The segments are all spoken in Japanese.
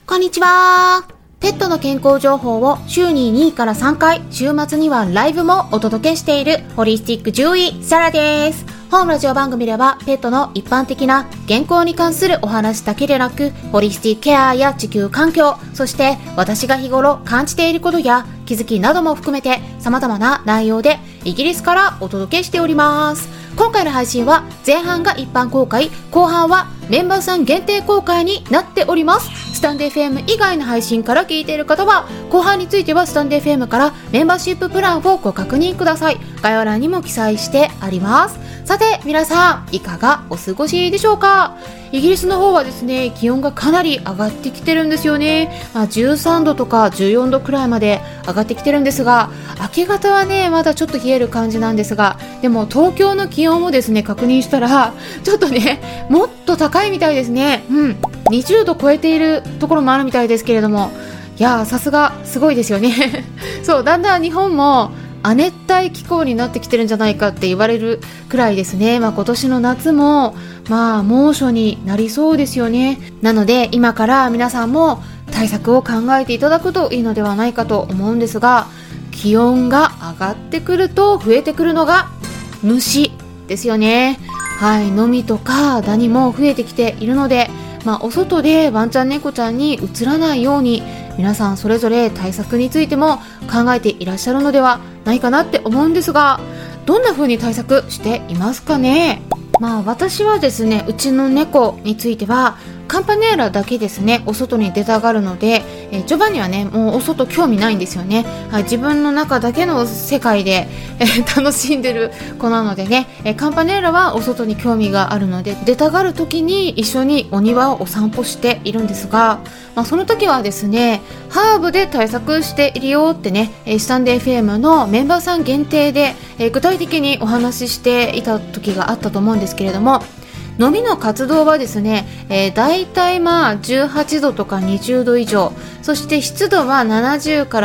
こんにちは。ペットの健康情報を週に2から3回、週末にはライブもお届けしているホリスティック獣医サラです。本ラジオ番組ではペットの一般的な健康に関するお話だけでなく、ホリスティックケアや地球環境、そして私が日頃感じていることや気づきなども含めて様々な内容でイギリスからお届けしております。今回の配信は前半が一般公開、後半はメンバーさん限定公開になっております。スタンド FM 以外の配信から聞いている方は、後半についてはスタンド FM からメンバーシッププランをご確認ください。概要欄にも記載してあります。さて皆さんいかがお過ごしでしょうか。イギリスの方はですね、気温がかなり上がってきてるんですよね。13度とか14度くらいまで上がってきてるんですが、明け方はねまだちょっと冷える感じなんですが、でも東京の気温をですね確認したらちょっとねもっと高いみたいですね。20度超えているところもあるみたいですけれども、いやーさすがすごいですよねそう、だんだん日本も亜熱帯気候になってきてるんじゃないかって言われるくらいですね。今年の夏も猛暑になりそうですよね。なので今から皆さんも対策を考えていただくといいのではないかと思うんですが、気温が上がってくると増えてくるのが虫ですよね。はい、ノミとかダニも増えてきているので、お外でワンちゃん猫ちゃんにうつらないように皆さんそれぞれ対策についても考えていらっしゃるのではないかなって思うんですが、どんな風に対策していますかね。私はですね、うちの猫についてはカンパネーラだけですねお外に出たがるので、ジョバンニはねもうお外興味ないんですよね。自分の中だけの世界で、楽しんでる子なのでね、カンパネーラはお外に興味があるので出たがる時に一緒にお庭をお散歩しているんですが、その時はですねハーブで対策しているよってね、スタンド FM のメンバーさん限定で、具体的にお話ししていた時があったと思うんですけれども、ノミの活動はですね、だいたい18度とか20度以上、そして湿度は70から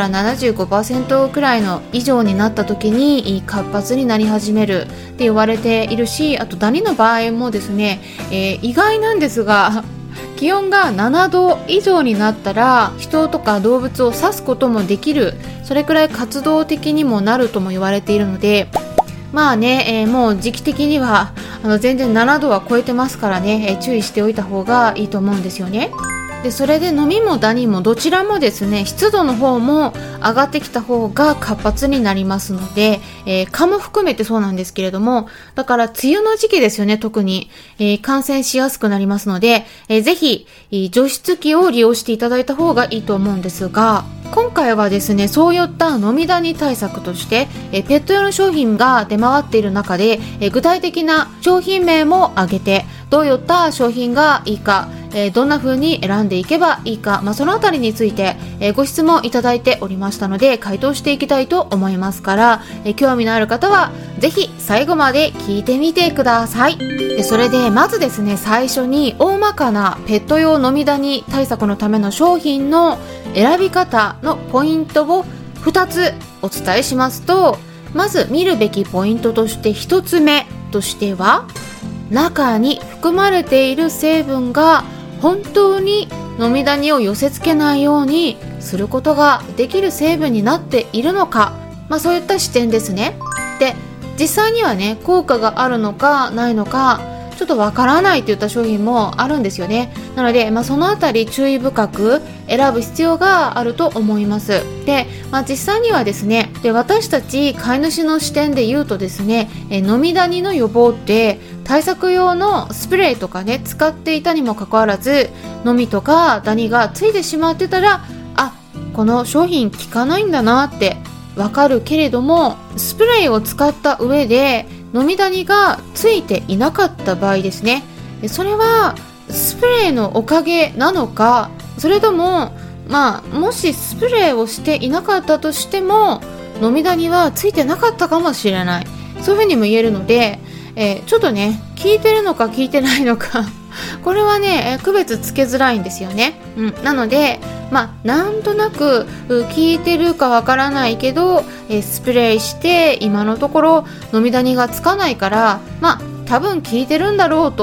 75% くらいの以上になった時に活発になり始めるって言われているし、あとダニの場合もですね、意外なんですが気温が7度以上になったら人とか動物を刺すこともできる、それくらい活動的にもなるとも言われているので、もう時期的には全然7度は超えてますからね、注意しておいた方がいいと思うんですよね。でそれでノミもダニもどちらもですね湿度の方も上がってきた方が活発になりますので、蚊も含めてそうなんですけれども、だから梅雨の時期ですよね、特に、感染しやすくなりますので、ぜひ除湿機を利用していただいた方がいいと思うんですが、今回はですねそういったノミダニ対策として、ペット用の商品が出回っている中で、具体的な商品名も挙げて、どういった商品がいいか、どんな風に選んでいけばいいか、そのあたりについて、ご質問いただいておりましたので回答していきたいと思いますから、興味のある方はぜひ最後まで聞いてみてください。それでまずですね、最初に大まかなペット用ノミダニ対策のための商品の選び方のポイントを2つお伝えしますと、まず見るべきポイントとして1つ目としては、中に含まれている成分が本当にノミダニを寄せ付けないようにすることができる成分になっているのか、そういった視点ですね。で実際にはね効果があるのかないのかちょっとわからないといった商品もあるんですよね。なので、そのあたり注意深く選ぶ必要があると思います。で、実際にはですね、私たち飼い主の視点で言うとですね、ノミダニの予防って対策用のスプレーとかね使っていたにもかかわらず、ノミとかダニがついてしまってたら、この商品効かないんだなってわかるけれども、スプレーを使った上でノミダニがついていなかった場合ですね、それはスプレーのおかげなのか、それとももしスプレーをしていなかったとしてもノミダニはついてなかったかもしれない、そういうふうにも言えるので、ちょっとね効いてるのか効いてないのかこれはね区別つけづらいんですよね。なのでなんとなく効いてるかわからないけど、スプレーして今のところノミダニがつかないから多分効いてるんだろうと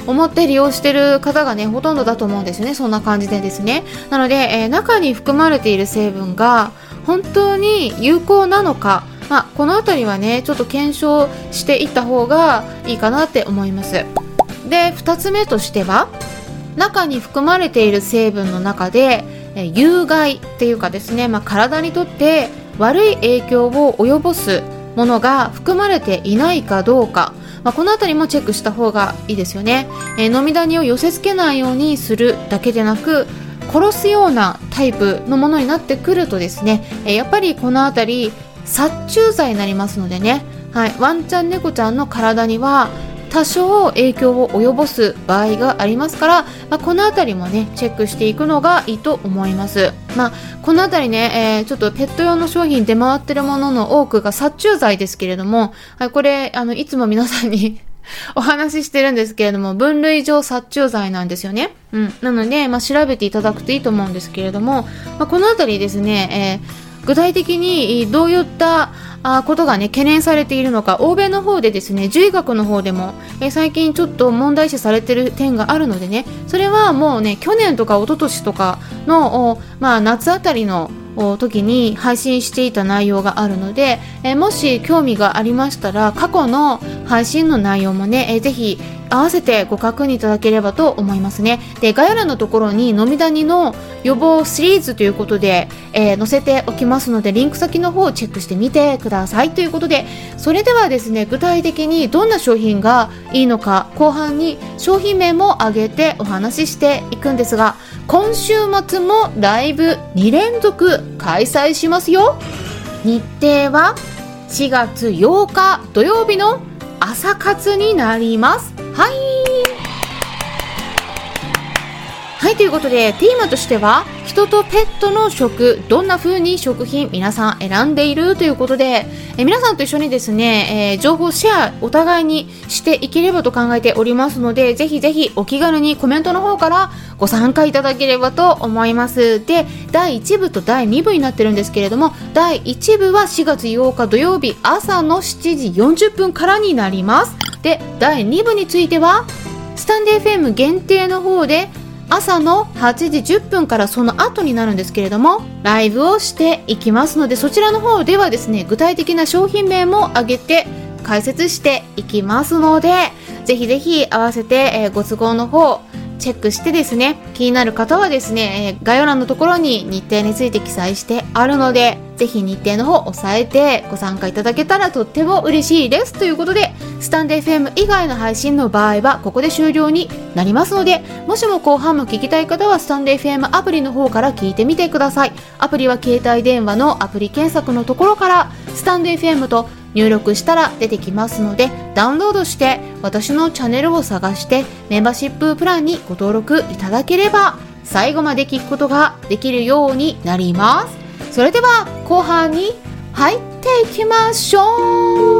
思って利用してる方がねほとんどだと思うんですよね。そんな感じでですね、なので、中に含まれている成分が本当に有効なのか、このあたりはねちょっと検証していった方がいいかなって思います。で、2つ目としては、中に含まれている成分の中で有害っていうかですね、体にとって悪い影響を及ぼすものが含まれていないかどうか、このあたりもチェックした方がいいですよね。飲みダニを寄せ付けないようにするだけでなく、殺すようなタイプのものになってくるとですね、やっぱりこのあたり殺虫剤になりますのでね、ワンちゃん猫ちゃんの体には多少影響を及ぼす場合がありますから、このあたりもねチェックしていくのがいいと思います。このあたりね、ちょっとペット用の商品出回ってるものの多くが殺虫剤ですけれども、これいつも皆さんにお話ししてるんですけれども、分類上殺虫剤なんですよね。なので、調べていただくといいと思うんですけれども、このあたりですね、具体的にどういったことがね懸念されているのか、欧米の方でですね、獣医学の方でも最近ちょっと問題視されている点があるのでね、それはもうね去年とか一昨年とかの夏あたりの時に配信していた内容があるので、もし興味がありましたら過去の配信の内容もね、ぜひ合わせてご確認いただければと思いますね。で、概要欄のところに飲みダニの予防シリーズということで、載せておきますので、リンク先の方をチェックしてみてくださいということで、それではですね、具体的にどんな商品がいいのか、後半に商品名も挙げてお話ししていくんですが、今週末もライブ2連続開催しますよ。日程は4月8日土曜日の朝活になります。はい、ということでテーマとしては、人とペットの食、どんな風に食品皆さん選んでいるということで、皆さんと一緒にですね、情報シェアお互いにしていければと考えておりますので、ぜひぜひお気軽にコメントの方からご参加いただければと思います。で、第1部と第2部になってるんですけれども、第1部は4月8日土曜日朝の7時40分からになります。で、第2部についてはスタンデー FM 限定の方で朝の8時10分からその後になるんですけれども、ライブをしていきますので、そちらの方ではですね、具体的な商品名も挙げて解説していきますので、ぜひぜひ合わせて、ご都合の方チェックしてですね、気になる方はですね、概要欄のところに日程について記載してあるので、ぜひ日程の方を押さえてご参加いただけたらとっても嬉しいですということで、スタンデー FM 以外の配信の場合はここで終了になりますので、もしも後半も聞きたい方はスタンデー FM アプリの方から聞いてみてください。アプリは携帯電話のアプリ検索のところからスタンデー FM と入力したら出てきますので、ダウンロードして私のチャンネルを探してメンバーシッププランにご登録いただければ最後まで聞くことができるようになります。それでは後半に入っていきましょう。